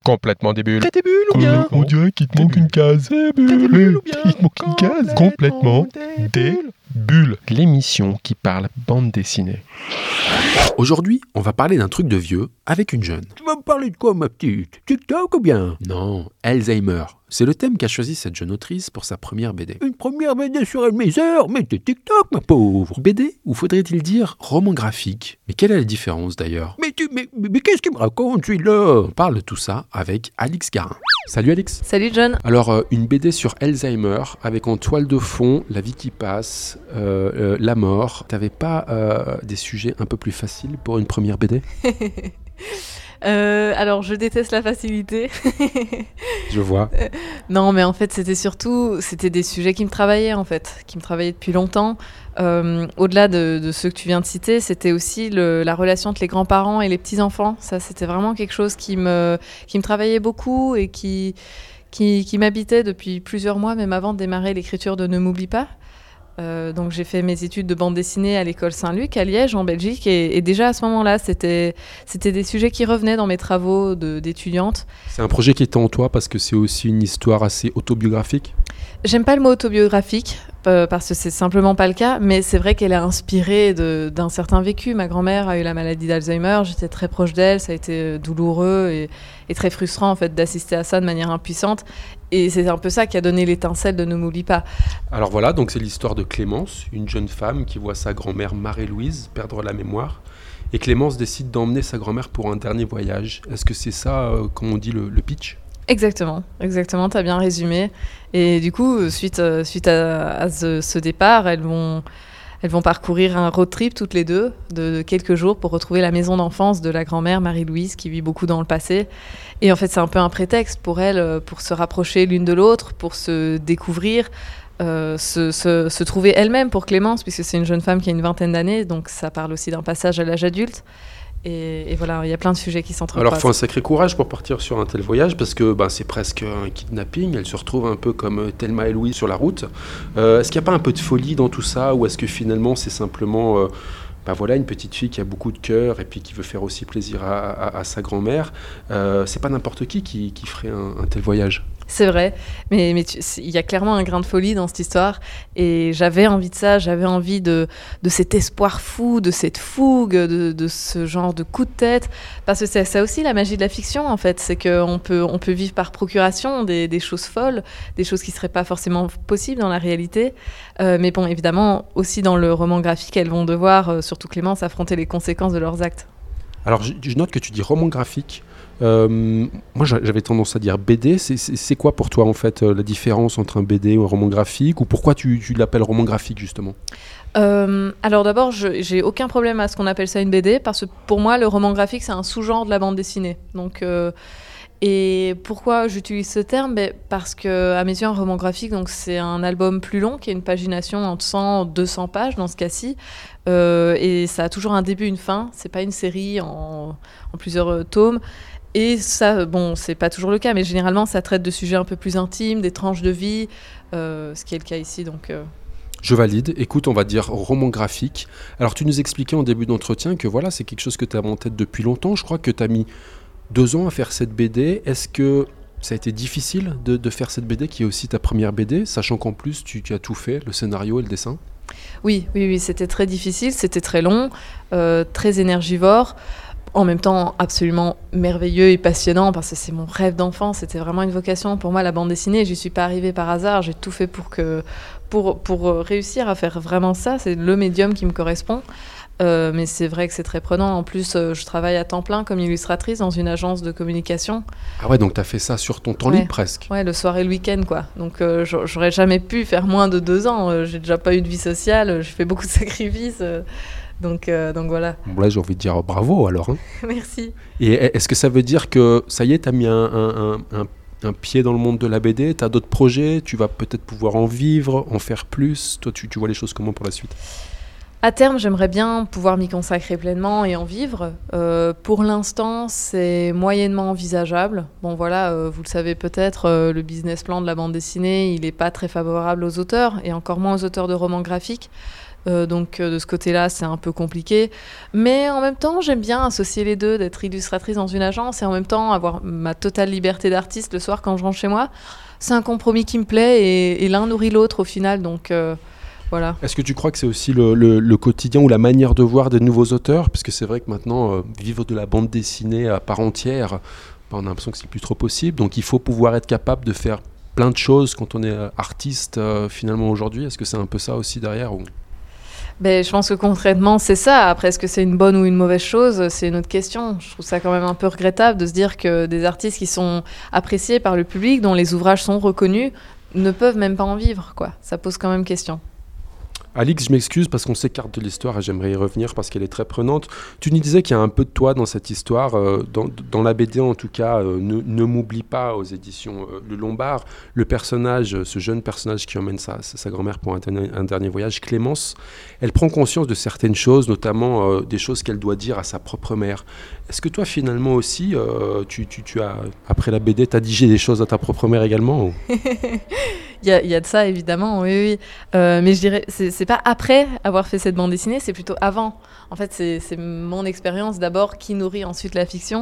Complètement débile. T'es débile ou bien? On dirait qu'il te manque une case. T'es débile ou bien? Il te manque une case. Complètement débile. L'émission qui parle bande dessinée. Aujourd'hui, on va parler d'un truc de vieux avec une jeune. Tu vas me parler de quoi, ma petite? TikTok ou bien? Non, Alzheimer. C'est le thème qu'a choisi cette jeune autrice pour sa première BD. Une première BD sur Alzheimer? Mais t'es TikTok, ma pauvre! BD, ou faudrait-il dire roman graphique? Mais quelle est la différence d'ailleurs? Mais qu'est-ce qu'il me raconte, celui-là? On parle de tout ça avec Alix Garin. Salut Alix. Salut John. Alors, une BD sur Alzheimer, avec en toile de fond la vie qui passe, la mort. T'avais pas des sujets un peu plus faciles pour une première BD? Alors, je déteste la facilité. Je vois. Non, mais en fait, c'était des sujets qui me travaillaient, en fait, qui me travaillaient depuis longtemps. Au-delà de ceux que tu viens de citer, c'était aussi la relation entre les grands-parents et les petits-enfants. Ça, c'était vraiment quelque chose qui me travaillait beaucoup et qui m'habitait depuis plusieurs mois, même avant de démarrer l'écriture de Ne m'oublie pas. Donc j'ai fait mes études de bande dessinée à l'école Saint-Luc à Liège en Belgique et déjà à ce moment-là c'était des sujets qui revenaient dans mes travaux d'étudiante. C'est un projet qui était en toi parce que c'est aussi une histoire assez autobiographique? J'aime pas le mot autobiographique parce que c'est simplement pas le cas, mais c'est vrai qu'elle est inspirée d'un certain vécu. Ma grand-mère a eu la maladie d'Alzheimer, j'étais très proche d'elle, ça a été douloureux et très frustrant en fait d'assister à ça de manière impuissante. Et c'est un peu ça qui a donné l'étincelle de Ne m'oublie pas. Alors voilà, donc c'est l'histoire de Clémence, une jeune femme qui voit sa grand-mère Marie-Louise perdre la mémoire. Et Clémence décide d'emmener sa grand-mère pour un dernier voyage. Est-ce que c'est ça, comme on dit, le pitch ? Exactement, t'as bien résumé. Et du coup, suite à ce départ, elles vont parcourir un road trip toutes les deux de quelques jours pour retrouver la maison d'enfance de la grand-mère Marie-Louise qui vit beaucoup dans le passé. Et en fait, c'est un peu un prétexte pour elles, pour se rapprocher l'une de l'autre, pour se découvrir, se trouver elle-même pour Clémence, puisque c'est une jeune femme qui a une vingtaine d'années, donc ça parle aussi d'un passage à l'âge adulte. Et voilà, il y a plein de sujets qui s'entrecroisent. Alors, il faut un sacré courage pour partir sur un tel voyage, parce que c'est presque un kidnapping. Elle se retrouve un peu comme Thelma et Louise sur la route. Est-ce qu'il n'y a pas un peu de folie dans tout ça, ou est-ce que finalement c'est simplement une petite fille qui a beaucoup de cœur et puis qui veut faire aussi plaisir à sa grand-mère? C'est pas n'importe qui ferait un tel voyage. C'est vrai, mais il y a clairement un grain de folie dans cette histoire et j'avais envie de ça, j'avais envie de cet espoir fou, de cette fougue, de ce genre de coup de tête, parce que c'est ça aussi la magie de la fiction en fait, c'est qu'on peut vivre par procuration des choses folles, des choses qui ne seraient pas forcément possibles dans la réalité, mais bon, évidemment, aussi dans le roman graphique, elles vont devoir, surtout Clémence, affronter les conséquences de leurs actes. Alors, je note que tu dis roman graphique. Moi, j'avais tendance à dire BD. C'est quoi pour toi, en fait, la différence entre un BD ou un roman graphique? Ou pourquoi tu l'appelles roman graphique, justement? Alors d'abord, j'ai aucun problème à ce qu'on appelle ça une BD, parce que pour moi, le roman graphique, c'est un sous-genre de la bande dessinée. Donc, et pourquoi j'utilise ce terme? Parce qu'à mes yeux, un roman graphique, donc, c'est un album plus long, qui a une pagination entre 100 et 200 pages, dans ce cas-ci. Et ça a toujours un début, une fin. C'est pas une série en plusieurs tomes. Et ça, c'est pas toujours le cas, mais généralement, ça traite de sujets un peu plus intimes, des tranches de vie, ce qui est le cas ici. Donc, Je valide. Écoute, on va dire roman graphique. Alors, tu nous expliquais en début d'entretien que voilà, c'est quelque chose que tu as en tête depuis longtemps. Je crois que tu as mis 2 ans à faire cette BD. Est-ce que ça a été difficile de faire cette BD, qui est aussi ta première BD, sachant qu'en plus, tu as tout fait, le scénario et le dessin? Oui, c'était très difficile, c'était très long, très énergivore. En même temps, absolument merveilleux et passionnant, parce que c'est mon rêve d'enfant, c'était vraiment une vocation pour moi, la bande dessinée. Je n'y suis pas arrivée par hasard, j'ai tout fait pour réussir à faire vraiment ça. C'est le médium qui me correspond. Mais c'est vrai que c'est très prenant. En plus, je travaille à temps plein comme illustratrice dans une agence de communication. Ah ouais, donc tu as fait ça sur ton temps libre presque. Ouais, le soir et le week-end, quoi. Donc j'aurais jamais pu faire moins de 2 ans. J'ai déjà pas eu de vie sociale, j'ai fait beaucoup de sacrifices. Donc voilà. Bon, là, j'ai envie de dire bravo alors. Hein. Merci. Et est-ce que ça veut dire que ça y est, tu as mis un pied dans le monde de la BD? Tu as d'autres projets? Tu vas peut-être pouvoir en vivre, en faire plus? Toi, tu vois les choses comment pour la suite? À terme, j'aimerais bien pouvoir m'y consacrer pleinement et en vivre. Pour l'instant, c'est moyennement envisageable. Bon voilà, vous le savez peut-être, le business plan de la bande dessinée, il n'est pas très favorable aux auteurs, et encore moins aux auteurs de romans graphiques. Donc de ce côté-là, c'est un peu compliqué. Mais en même temps, j'aime bien associer les deux, d'être illustratrice dans une agence et en même temps avoir ma totale liberté d'artiste le soir quand je rentre chez moi. C'est un compromis qui me plaît et l'un nourrit l'autre au final. Donc voilà. Est-ce que tu crois que c'est aussi le quotidien ou la manière de voir des nouveaux auteurs ? Parce que c'est vrai que maintenant, vivre de la bande dessinée à part entière, on a l'impression que c'est plus trop possible. Donc il faut pouvoir être capable de faire plein de choses quand on est artiste finalement aujourd'hui. Est-ce que c'est un peu ça aussi derrière ou... Je pense que concrètement, c'est ça. Après, est-ce que c'est une bonne ou une mauvaise chose ? C'est une autre question. Je trouve ça quand même un peu regrettable de se dire que des artistes qui sont appréciés par le public, dont les ouvrages sont reconnus, ne peuvent même pas en vivre, quoi. Ça pose quand même question. Alix, je m'excuse parce qu'on s'écarte de l'histoire et j'aimerais y revenir parce qu'elle est très prenante. Tu nous disais qu'il y a un peu de toi dans cette histoire, dans la BD en tout cas, ne m'oublie pas aux éditions Le Lombard. Le personnage, ce jeune personnage qui emmène sa grand-mère pour un dernier voyage, Clémence, elle prend conscience de certaines choses, notamment des choses qu'elle doit dire à sa propre mère. Est-ce que toi finalement aussi, tu as, après la BD, t'as dit des choses à ta propre mère également ou... Il y a de ça, évidemment, oui. Mais je dirais, c'est pas après avoir fait cette bande dessinée, c'est plutôt avant. En fait, c'est mon expérience d'abord qui nourrit ensuite la fiction.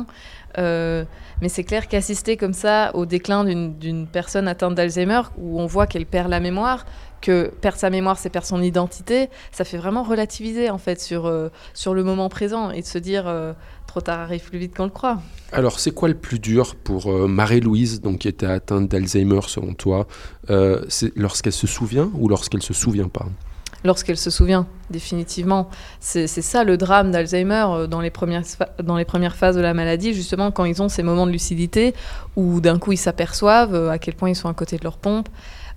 Mais c'est clair qu'assister comme ça au déclin d'une personne atteinte d'Alzheimer, où on voit qu'elle perd la mémoire, que perdre sa mémoire, c'est perdre son identité, ça fait vraiment relativiser en fait sur le moment présent et de se dire trop tard arrive plus vite qu'on le croit. Alors, c'est quoi le plus dur pour Marie-Louise, donc, qui était atteinte d'Alzheimer selon toi ? C'est lorsqu'elle se souvient ou lorsqu'elle se souvient pas ? Lorsqu'elle se souvient, définitivement. C'est ça le drame d'Alzheimer dans les premières phases de la maladie, justement quand ils ont ces moments de lucidité où d'un coup ils s'aperçoivent à quel point ils sont à côté de leur pompe.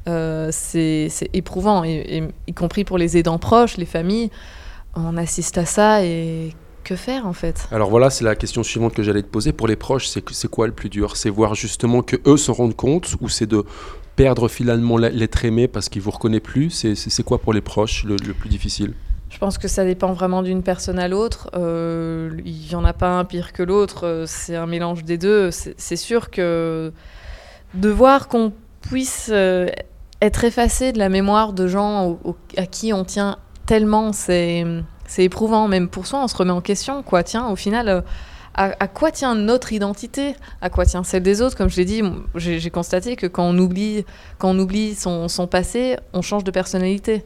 C'est éprouvant, et y compris pour les aidants proches, les familles. On assiste à ça et que faire en fait ? Alors voilà, c'est la question suivante que j'allais te poser. Pour les proches, c'est quoi le plus dur ? C'est voir justement qu'eux se rendent compte ou c'est de perdre finalement l'être aimé parce qu'ils ne vous reconnaissent plus ? C'est quoi pour les proches le plus difficile ? Je pense que ça dépend vraiment d'une personne à l'autre. Il n'y en a pas un pire que l'autre. C'est un mélange des deux. C'est sûr que de voir qu'on puisse être effacé de la mémoire de gens à qui on tient tellement, c'est éprouvant. Même pour soi, on se remet en question, quoi. Tiens, au final, à quoi tient notre identité ? À quoi tient celle des autres ? Comme je l'ai dit, j'ai constaté que quand on oublie son passé, on change de personnalité.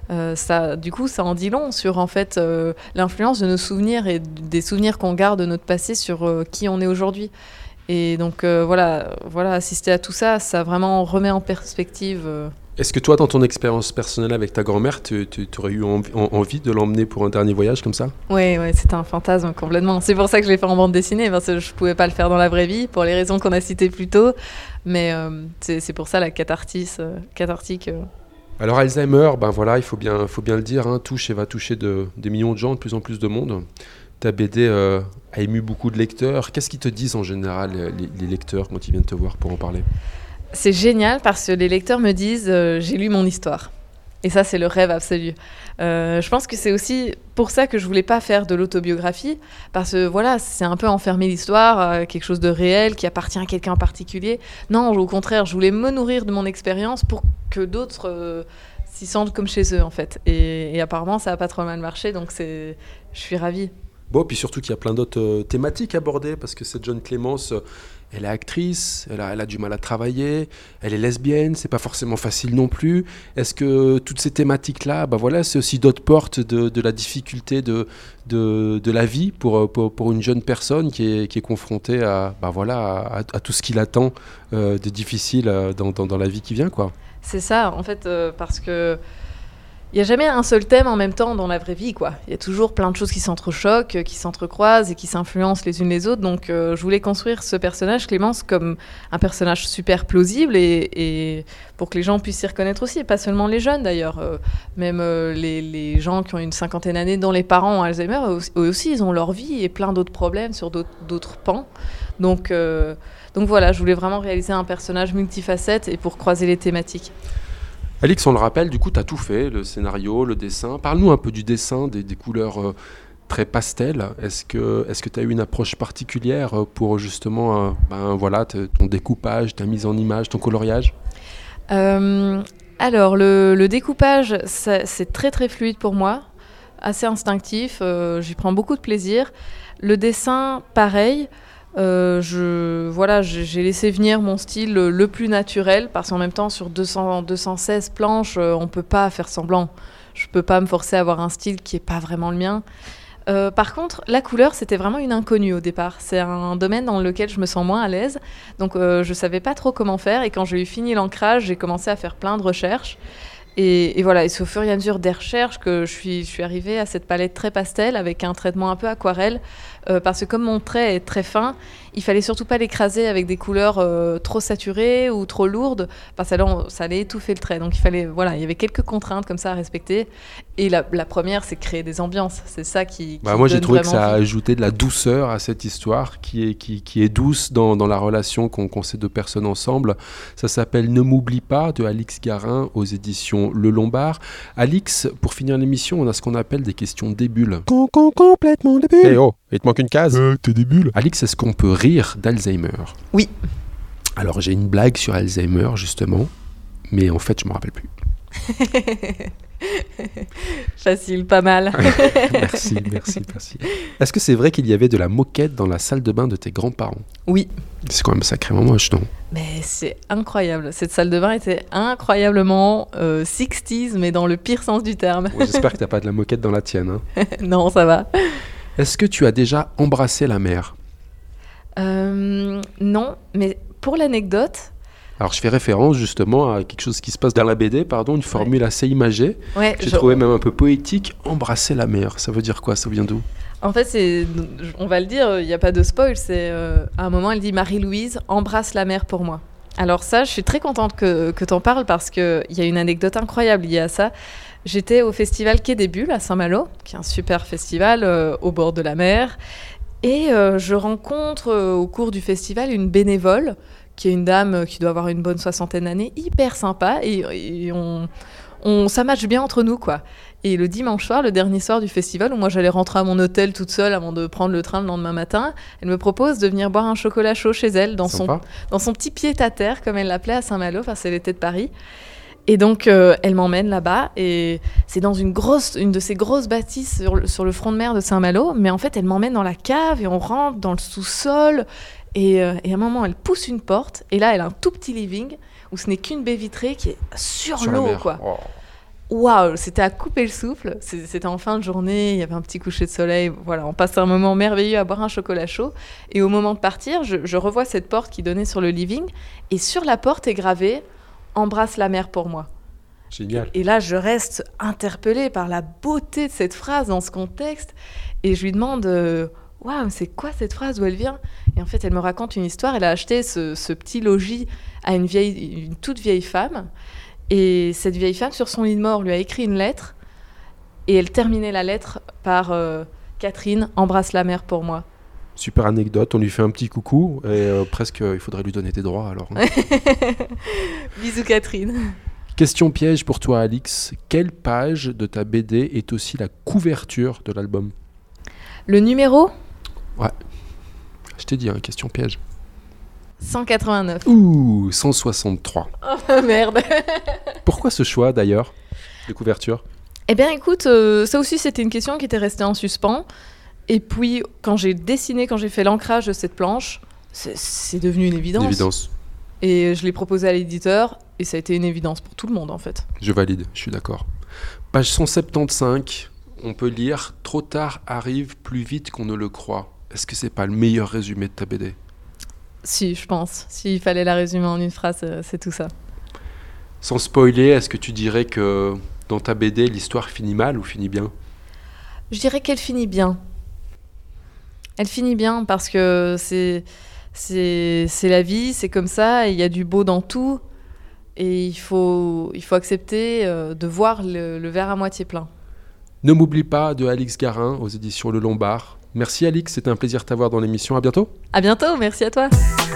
Du coup, ça en dit long sur en fait, l'influence de nos souvenirs et des souvenirs qu'on garde de notre passé sur qui on est aujourd'hui. Et donc voilà, assister à tout ça, ça vraiment remet en perspective. Est-ce que toi, dans ton expérience personnelle avec ta grand-mère, tu aurais eu envie de l'emmener pour un dernier voyage comme ça ? Oui, c'était un fantasme complètement. C'est pour ça que je l'ai fait en bande dessinée, parce que je ne pouvais pas le faire dans la vraie vie, pour les raisons qu'on a citées plus tôt. Mais c'est pour ça la cathartique. Alors Alzheimer, voilà, il faut bien le dire, touche et va toucher des millions de gens, de plus en plus de monde. Ta BD a ému beaucoup de lecteurs. Qu'est-ce qu'ils te disent en général, les lecteurs, quand ils viennent te voir pour en parler ? C'est génial parce que les lecteurs me disent j'ai lu mon histoire. Et ça, c'est le rêve absolu. Je pense que c'est aussi pour ça que je voulais pas faire de l'autobiographie, parce que voilà, c'est un peu enfermer l'histoire, quelque chose de réel qui appartient à quelqu'un en particulier. Non, au contraire, je voulais me nourrir de mon expérience pour que d'autres s'y sentent comme chez eux, en fait. Et apparemment, ça a pas trop mal marché, donc je suis ravie. Bon, puis surtout qu'il y a plein d'autres thématiques abordées, parce que cette jeune Clémence, elle est actrice, elle a du mal à travailler, elle est lesbienne, c'est pas forcément facile non plus. Est-ce que toutes ces thématiques-là, c'est aussi d'autres portes de la difficulté de la vie pour une jeune personne qui est confrontée à tout ce qui l'attend de difficile dans la vie qui vient, quoi. C'est ça, en fait, parce que il n'y a jamais un seul thème en même temps dans la vraie vie, quoi. Il y a toujours plein de choses qui s'entrechoquent, qui s'entrecroisent et qui s'influencent les unes les autres. Donc, je voulais construire ce personnage, Clémence, comme un personnage super plausible et pour que les gens puissent s'y reconnaître aussi. Et pas seulement les jeunes, d'ailleurs. Même les gens qui ont une cinquantaine d'années, dont les parents ont Alzheimer, eux aussi, ils ont leur vie et plein d'autres problèmes sur d'autres pans. Donc voilà, je voulais vraiment réaliser un personnage multifacette et pour croiser les thématiques. Alix, on le rappelle, du coup, tu as tout fait, le scénario, le dessin. Parle-nous un peu du dessin, des couleurs très pastel. Est-ce que tu as eu une approche particulière pour justement ton découpage, ta mise en image, ton coloriage ? Alors, le découpage, c'est très très fluide pour moi, assez instinctif, j'y prends beaucoup de plaisir. Le dessin, pareil. J'ai laissé venir mon style le plus naturel, parce qu'en même temps, sur 216 planches, on peut pas faire semblant. Je peux pas me forcer à avoir un style qui est pas vraiment le mien. Par contre, la couleur, c'était vraiment une inconnue au départ. C'est un domaine dans lequel je me sens moins à l'aise. Donc, je savais pas trop comment faire. Et quand j'ai eu fini l'ancrage, j'ai commencé à faire plein de recherches. Et voilà, et c'est au fur et à mesure des recherches que je suis arrivée à cette palette très pastel avec un traitement un peu aquarelle, parce que comme mon trait est très fin, il fallait surtout pas l'écraser avec des couleurs trop saturées ou trop lourdes, parce que ça allait étouffer le trait. Donc il y avait quelques contraintes comme ça à respecter. Et la première, c'est créer des ambiances. C'est ça qui moi, j'ai trouvé que ça a envie. ajouté de la douceur à cette histoire qui est douce dans la relation qu'ont ces deux personnes ensemble. Ça s'appelle Ne m'oublie pas de Alix Garin aux éditions Le Lombard. Alix, pour finir l'émission, on a ce qu'on appelle des questions débules. Complètement débile. Eh oh, il te manque une case. T'es débile. Alix, est-ce qu'on peut rire d'Alzheimer ? Oui. Alors, j'ai une blague sur Alzheimer, justement, mais en fait, je ne me rappelle plus. Facile, pas mal. Merci. Est-ce que c'est vrai qu'il y avait de la moquette dans la salle de bain de tes grands-parents ? Oui. C'est quand même sacrément moche, non ? Mais c'est incroyable. Cette salle de bain était incroyablement 60s, mais dans le pire sens du terme. Ouais, j'espère que tu n'as pas de la moquette dans la tienne. Hein. Non, ça va. Est-ce que tu as déjà embrassé la mer ? Non, mais pour l'anecdote... Alors, je fais référence justement à quelque chose qui se passe dans la BD, une formule assez imagée. Ouais, J'ai trouvé même un peu poétique. Embrasser la mer, ça veut dire quoi ? Ça vient d'où ? En fait, on va le dire, il n'y a pas de spoil. À un moment, elle dit « Marie-Louise, embrasse la mer pour moi ». Alors ça, je suis très contente que tu en parles, parce qu'il y a une anecdote incroyable liée à ça. J'étais au festival Quai des Bulles à Saint-Malo, qui est un super festival au bord de la mer. Et je rencontre au cours du festival une bénévole, qui est une dame qui doit avoir une bonne 60aine d'années, hyper sympa, et ça matche bien entre nous, quoi. Et le dimanche soir, le dernier soir du festival, où moi j'allais rentrer à mon hôtel toute seule avant de prendre le train le lendemain matin, elle me propose de venir boire un chocolat chaud chez elle, dans son petit pied-à-terre, comme elle l'appelait à Saint-Malo, parce qu'elle était de Paris. Et donc, elle m'emmène là-bas, et c'est dans une de ces grosses bâtisses sur le front de mer de Saint-Malo, mais en fait, elle m'emmène dans la cave, et on rentre dans le sous-sol. Et à un moment, elle pousse une porte, et là, elle a un tout petit living où ce n'est qu'une baie vitrée qui est sur l'eau, quoi. Waouh, c'était à couper le souffle. C'était en fin de journée, il y avait un petit coucher de soleil. Voilà, on passe un moment merveilleux à boire un chocolat chaud. Et au moment de partir, je revois cette porte qui donnait sur le living, et sur la porte est gravé « Embrasse la mer pour moi ». Génial. Et là, je reste interpellée par la beauté de cette phrase dans ce contexte, et je lui demande waouh, c'est quoi cette phrase, d'où elle vient ? Et en fait, elle me raconte une histoire. Elle a acheté ce petit logis à une toute vieille femme. Et cette vieille femme, sur son lit de mort, lui a écrit une lettre. Et elle terminait la lettre par Catherine, embrasse la mer pour moi. Super anecdote. On lui fait un petit coucou. Et presque, il faudrait lui donner tes droits, alors. Hein. Bisous, Catherine. Question piège pour toi, Alix. Quelle page de ta BD est aussi la couverture de l'album ? Le numéro ? Ouais. Je t'ai dit, hein, question piège. 189. Ouh, 163. Oh merde. Pourquoi ce choix, d'ailleurs, de couverture ? Eh bien, écoute, ça aussi, c'était une question qui était restée en suspens. Et puis, quand j'ai fait l'ancrage de cette planche, c'est devenu une évidence. Une évidence. Et je l'ai proposé à l'éditeur, et ça a été une évidence pour tout le monde, en fait. Je valide, je suis d'accord. Page 175, on peut lire « Trop tard arrive plus vite qu'on ne le croit ». Est-ce que c'est pas le meilleur résumé de ta BD ? Si, je pense. S'il fallait la résumer en une phrase, c'est tout ça. Sans spoiler, est-ce que tu dirais que dans ta BD, l'histoire finit mal ou finit bien ? Je dirais qu'elle finit bien. Elle finit bien parce que c'est la vie, c'est comme ça, il y a du beau dans tout. Et il faut accepter de voir le verre à moitié plein. Ne m'oublie pas de Alix Garin aux éditions Le Lombard. Merci Alix, c'était un plaisir de t'avoir dans l'émission. À bientôt. À bientôt, merci à toi.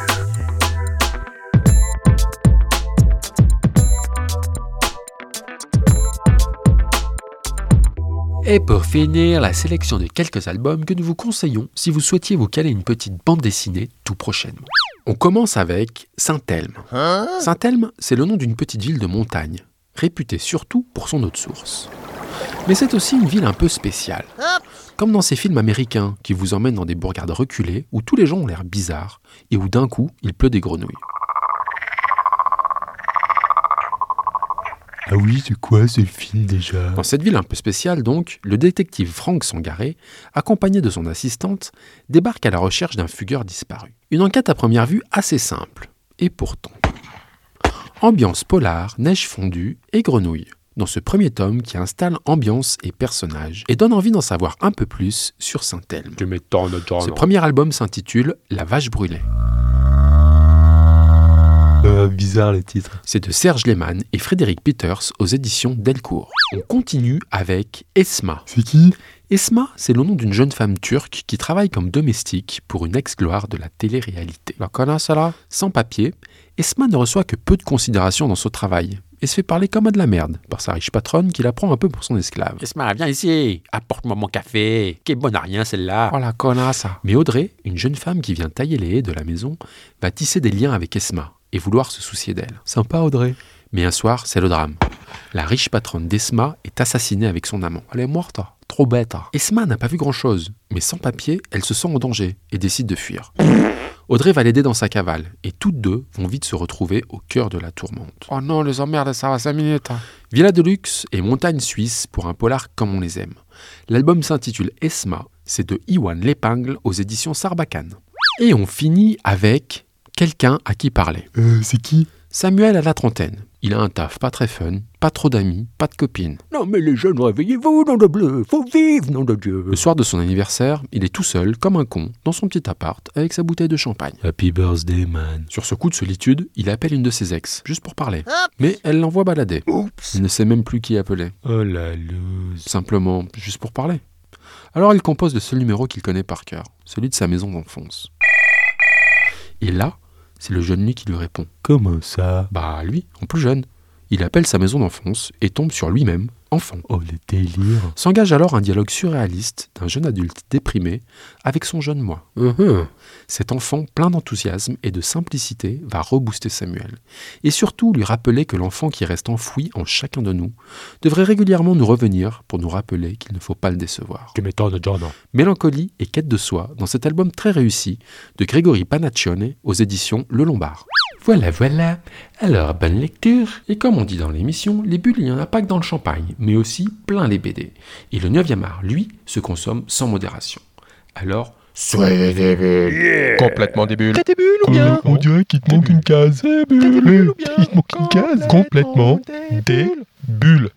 Et pour finir, la sélection de quelques albums que nous vous conseillons si vous souhaitiez vous caler une petite bande dessinée tout prochainement. On commence avec Saint-Elme. Saint-Elme, c'est le nom d'une petite ville de montagne. réputée surtout pour son eau de source. Mais c'est aussi une ville un peu spéciale. Comme dans ces films américains qui vous emmènent dans des bourgades reculées où tous les gens ont l'air bizarres et où d'un coup, il pleut des grenouilles. Ah oui, c'est quoi ce film déjà? Dans cette ville un peu spéciale donc, le détective Frank Sangaré, accompagné de son assistante, débarque à la recherche d'un fugueur disparu. Une enquête à première vue assez simple. Et pourtant. Ambiance polar, neige fondue et grenouilles. Dans ce premier tome qui installe ambiance et personnages et donne envie d'en savoir un peu plus sur Saint-Elme. Tu m'étonnes, John. Ce premier album s'intitule La Vache Brûlée. Bizarre le titre. C'est de Serge Lehmann et Frédéric Peters aux éditions Delcourt. On continue avec Esma. C'est qui? Esma, c'est le nom d'une jeune femme turque qui travaille comme domestique pour une ex-gloire de la télé-réalité. La connasse là? Sans papier, Esma ne reçoit que peu de considération dans son travail et se fait parler comme à de la merde par sa riche patronne qui la prend un peu pour son esclave. Esma, viens ici, apporte-moi mon café. Quelle bonne à rien celle-là. Oh la connasse. Mais Audrey, une jeune femme qui vient tailler les haies de la maison, va tisser des liens avec Esma et vouloir se soucier d'elle. Sympa Audrey. Mais un soir, c'est le drame. La riche patronne d'Esma est assassinée avec son amant. Elle est morte. Trop bête. Esma n'a pas vu grand-chose, mais sans papier, elle se sent en danger et décide de fuir. Audrey va l'aider dans sa cavale, et toutes deux vont vite se retrouver au cœur de la tourmente. Oh non, les emmerdes, ça va 5 minutes. Villa de luxe et montagne suisse pour un polar comme on les aime. L'album s'intitule Esma, c'est de Iwan L'Épingle aux éditions Sarbacane. Et on finit avec quelqu'un à qui parler. C'est qui? Samuel a la trentaine. Il a un taf pas très fun, pas trop d'amis, pas de copines. Non mais les jeunes, réveillez-vous, nom de bleu, faut vivre, nom de Dieu. Le soir de son anniversaire, il est tout seul, comme un con, dans son petit appart, avec sa bouteille de champagne. Happy birthday man. Sur ce coup de solitude, il appelle une de ses ex, juste pour parler. Mais elle l'envoie balader. Il ne sait même plus qui appeler. Oh la loose. Simplement, juste pour parler. Alors il compose le seul numéro qu'il connaît par cœur, celui de sa maison d'enfance. Et là, c'est le jeune lui qui lui répond. Comment ça? Bah lui, en plus jeune. Il appelle sa maison d'enfance et tombe sur lui-même, enfant. Oh le délire. S'engage alors un dialogue surréaliste d'un jeune adulte déprimé avec son jeune moi. Cet enfant plein d'enthousiasme et de simplicité va rebooster Samuel. Et surtout lui rappeler que l'enfant qui reste enfoui en chacun de nous devrait régulièrement nous revenir pour nous rappeler qu'il ne faut pas le décevoir. Tu m'étonnes, John. Mélancolie et quête de soi dans cet album très réussi de Grégory Panaccione aux éditions Le Lombard. Voilà. Alors, bonne lecture. Et comme on dit dans l'émission, les bulles, il n'y en a pas que dans le champagne, mais aussi plein les BD. Et le 9e art, lui, se consomme sans modération. Alors, Soyez des bulles. Complètement des bulles. T'as des bulles ou bien? On dirait qu'il te manque une case. T'as des bulles ou bien? Il te manque une case. Complètement des bulles.